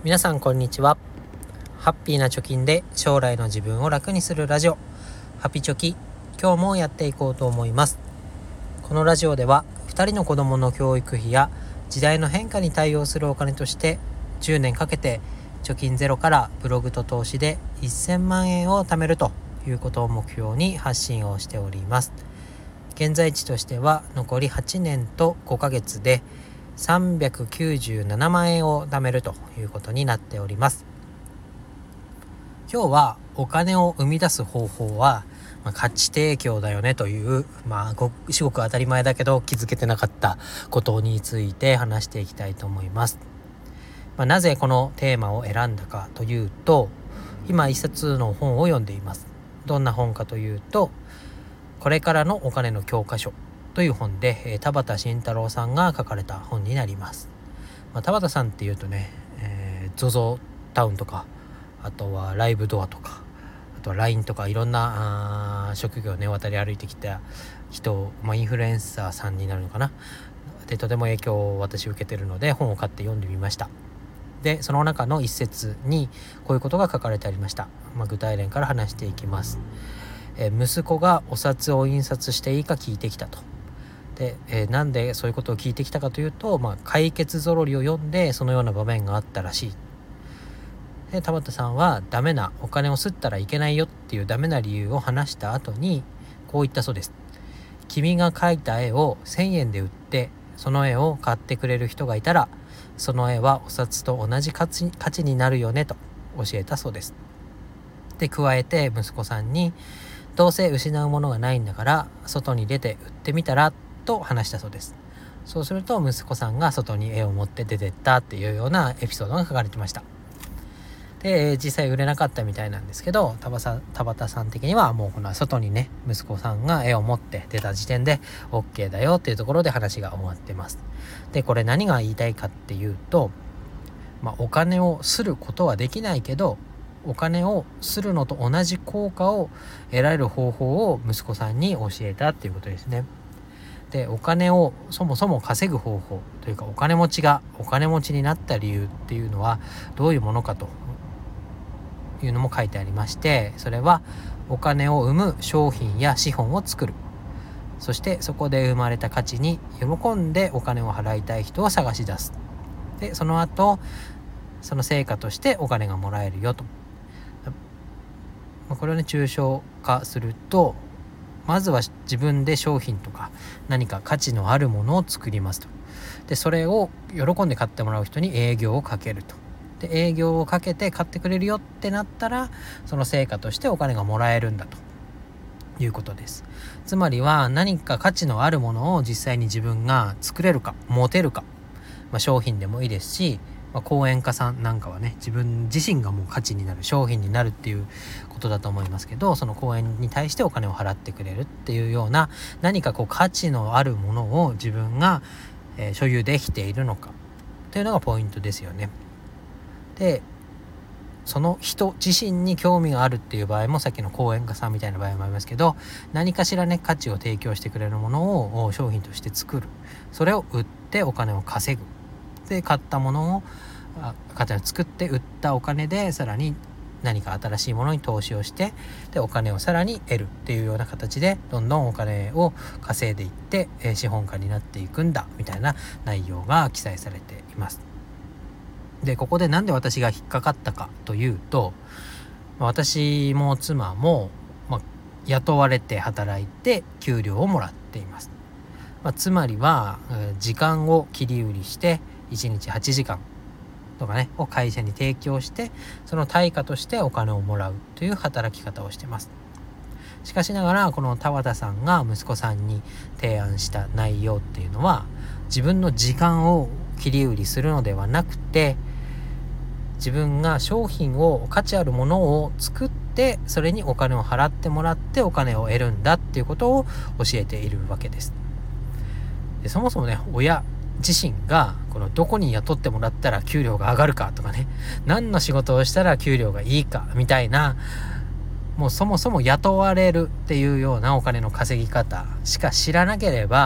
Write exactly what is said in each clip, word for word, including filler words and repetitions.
皆さんこんにちは。ハッピーな貯金で将来の自分を楽にするラジオ、ハピチョキ、今日もやっていこうと思います。このラジオではふたりの子供の教育費や時代の変化に対応するお金としてじゅうねんかけて貯金ゼロからブログと投資でせんまんえんを貯めるということを目標に発信をしております。現在地としては残りはちねんとごかげつでさんびゃくきゅうじゅうななまんえんを貯めるということになっております。今日はお金を生み出す方法は、まあ、価値提供だよねという、まあ、ごすごく当たり前だけど気づけてなかったことについて話していきたいと思います。まあ、なぜこのテーマを選んだかというと、今一冊の本を読んでいます。どんな本かというと、これからのお金の教科書という本で田畑慎太郎さんが書かれた本になります。まあ、田畑さんっていうとね、えー、ゾゾ タウンとか、あとはライブドアとか、あとは ライン とかいろんなあ職業をね渡り歩いてきた人、まあ、インフルエンサーさんになるのかな。でとても影響を私受けてるので本を買って読んでみました。でその中の一節にこういうことが書かれてありました。まあ、具体例から話していきます。えー、息子がお札を印刷していいか聞いてきたと。で、えー、なんでそういうことを聞いてきたかというと、まあ、解決ぞろりを読んでそのような場面があったらしい。で田畑さんはダメなお金を吸ったらいけないよっていうダメな理由を話した後にこう言ったそうです。君が描いた絵をせんえんで売ってその絵を買ってくれる人がいたらその絵はお札と同じ価値、価値になるよねと教えたそうです。で加えて息子さんにどうせ失うものがないんだから外に出て売ってみたらと話したそうです。そうすると息子さんが外に絵を持って出てったっていうようなエピソードが書かれてました。で実際売れなかったみたいなんですけど、田畑さん的にはもうこの外にね息子さんが絵を持って出た時点で OK だよっていうところで話が終わってます。でこれ何が言いたいかっていうと、まあ、お金をすることはできないけどお金をするのと同じ効果を得られる方法を息子さんに教えたっていうことですね。でお金をそもそも稼ぐ方法というか、お金持ちがお金持ちになった理由っていうのはどういうものかというのも書いてありまして、それはお金を生む商品や資本を作る、そしてそこで生まれた価値に喜んでお金を払いたい人を探し出す。でその後その成果としてお金がもらえるよと。これをね抽象化すると、まずは自分で商品とか何か価値のあるものを作りますと。でそれを喜んで買ってもらう人に営業をかけると。で営業をかけて買ってくれるよってなったらその成果としてお金がもらえるんだということです。つまりは何か価値のあるものを実際に自分が作れるか持てるか、まあ、商品でもいいですし、まあ、講演家さんなんかはね自分自身がもう価値になる商品になるっていうことだと思いますけど、その講演に対してお金を払ってくれるっていうような何かこう価値のあるものを自分が、えー、所有できているのかというのがポイントですよね。でその人自身に興味があるっていう場合もさっきの講演家さんみたいな場合もありますけど、何かしらね価値を提供してくれるものを商品として作る、それを売ってお金を稼ぐ。で買ったものを価値を作って売ったお金でさらに何か新しいものに投資をして、でお金をさらに得るっていうような形でどんどんお金を稼いでいって、えー、資本家になっていくんだみたいな内容が記載されています。でここでなんで私が引っかかったかというと、私も妻も、まあ、雇われて働いて給料をもらっています。まあ、つまりは時間を切り売りしていちにちはちじかんとかねを会社に提供して、その対価としてお金をもらうという働き方をしています。しかしながらこの田畑さんが息子さんに提案した内容っていうのは、自分の時間を切り売りするのではなくて、自分が商品を価値あるものを作ってそれにお金を払ってもらってお金を得るんだっていうことを教えているわけです。でそもそもね親自身がこのどこに雇ってもらったら給料が上がるかとかね、何の仕事をしたら給料がいいかみたいな、もうそもそも雇われるっていうようなお金の稼ぎ方しか知らなければ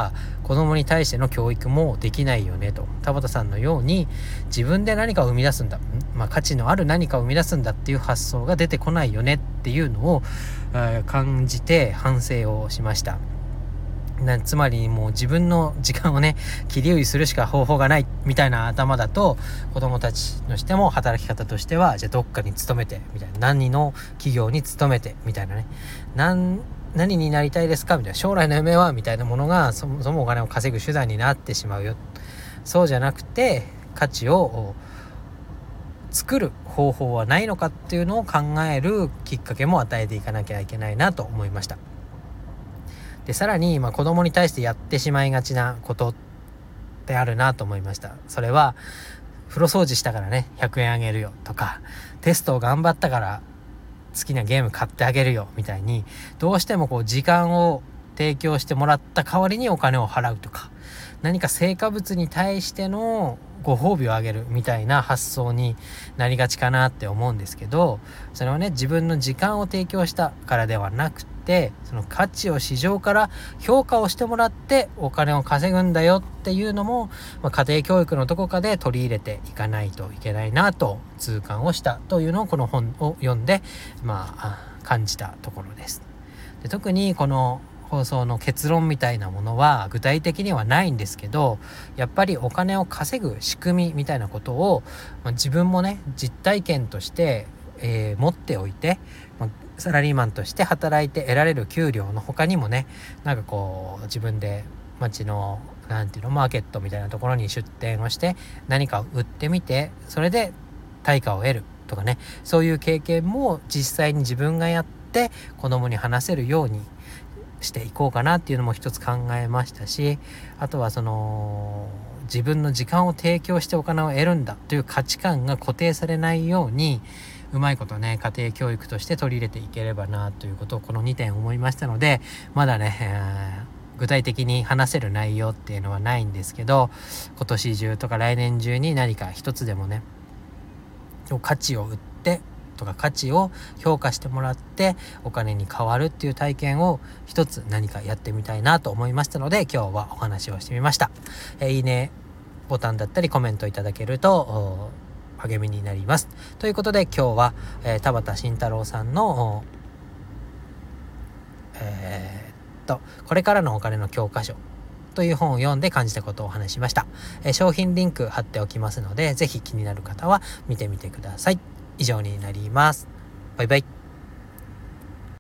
子供に対しての教育もできないよねと。田畑さんのように自分で何かを生み出すんだ、まあ、価値のある何かを生み出すんだっていう発想が出てこないよねっていうのを、えー、感じて反省をしました。なつまりもう自分の時間をね切り売りするしか方法がないみたいな頭だと、子供たちとしても働き方としてはじゃあどっかに勤めてみたいな、何の企業に勤めてみたいなね、何何になりたいですかみたいな、将来の夢はみたいなものがそもそもお金を稼ぐ手段になってしまうよ。そうじゃなくて価値を作る方法はないのかっていうのを考えるきっかけも与えていかなきゃいけないなと思いました。でさらに、まあ、子供に対してやってしまいがちなことってあるなと思いました。それは風呂掃除したからねひゃくえんあげるよとか、テストを頑張ったから好きなゲーム買ってあげるよみたいに、どうしてもこう時間を提供してもらった代わりにお金を払うとか、何か成果物に対してのご褒美をあげるみたいな発想になりがちかなって思うんですけど、それはね自分の時間を提供したからではなくて、その価値を市場から評価をしてもらってお金を稼ぐんだよっていうのも、まあ、家庭教育のどこかで取り入れていかないといけないなと痛感をしたというのをこの本を読んで、まあ、感じたところです。で特にこの放送の結論みたいなものは具体的にはないんですけど、やっぱりお金を稼ぐ仕組みみたいなことを、まあ、自分もね実体験として、えー、持っておいて、まあ、サラリーマンとして働いて得られる給料の他にもね、なんかこう自分で街のなんていうのマーケットみたいなところに出店をして何かを売ってみて、それで対価を得るとかね、そういう経験も実際に自分がやって子供に話せるようにしていこうかなっていうのも一つ考えましたし、あとはその自分の時間を提供してお金を得るんだという価値観が固定されないように、うまいことね家庭教育として取り入れていければなということをこのにてん思いましたので、まだね、えー、具体的に話せる内容っていうのはないんですけど、今年中とか来年中に何か一つでもね価値を売ってとか価値を評価してもらってお金に変わるっていう体験を一つ何かやってみたいなと思いましたので、今日はお話をしてみました。えー、いいねボタンだったりコメントいただけると励みになります。ということで今日は、えー、田畑慎太郎さんのえー、っとこれからのお金の教科書という本を読んで感じたことをお話しました。えー、商品リンク貼っておきますので、ぜひ気になる方は見てみてください。以上になります。バイバイ。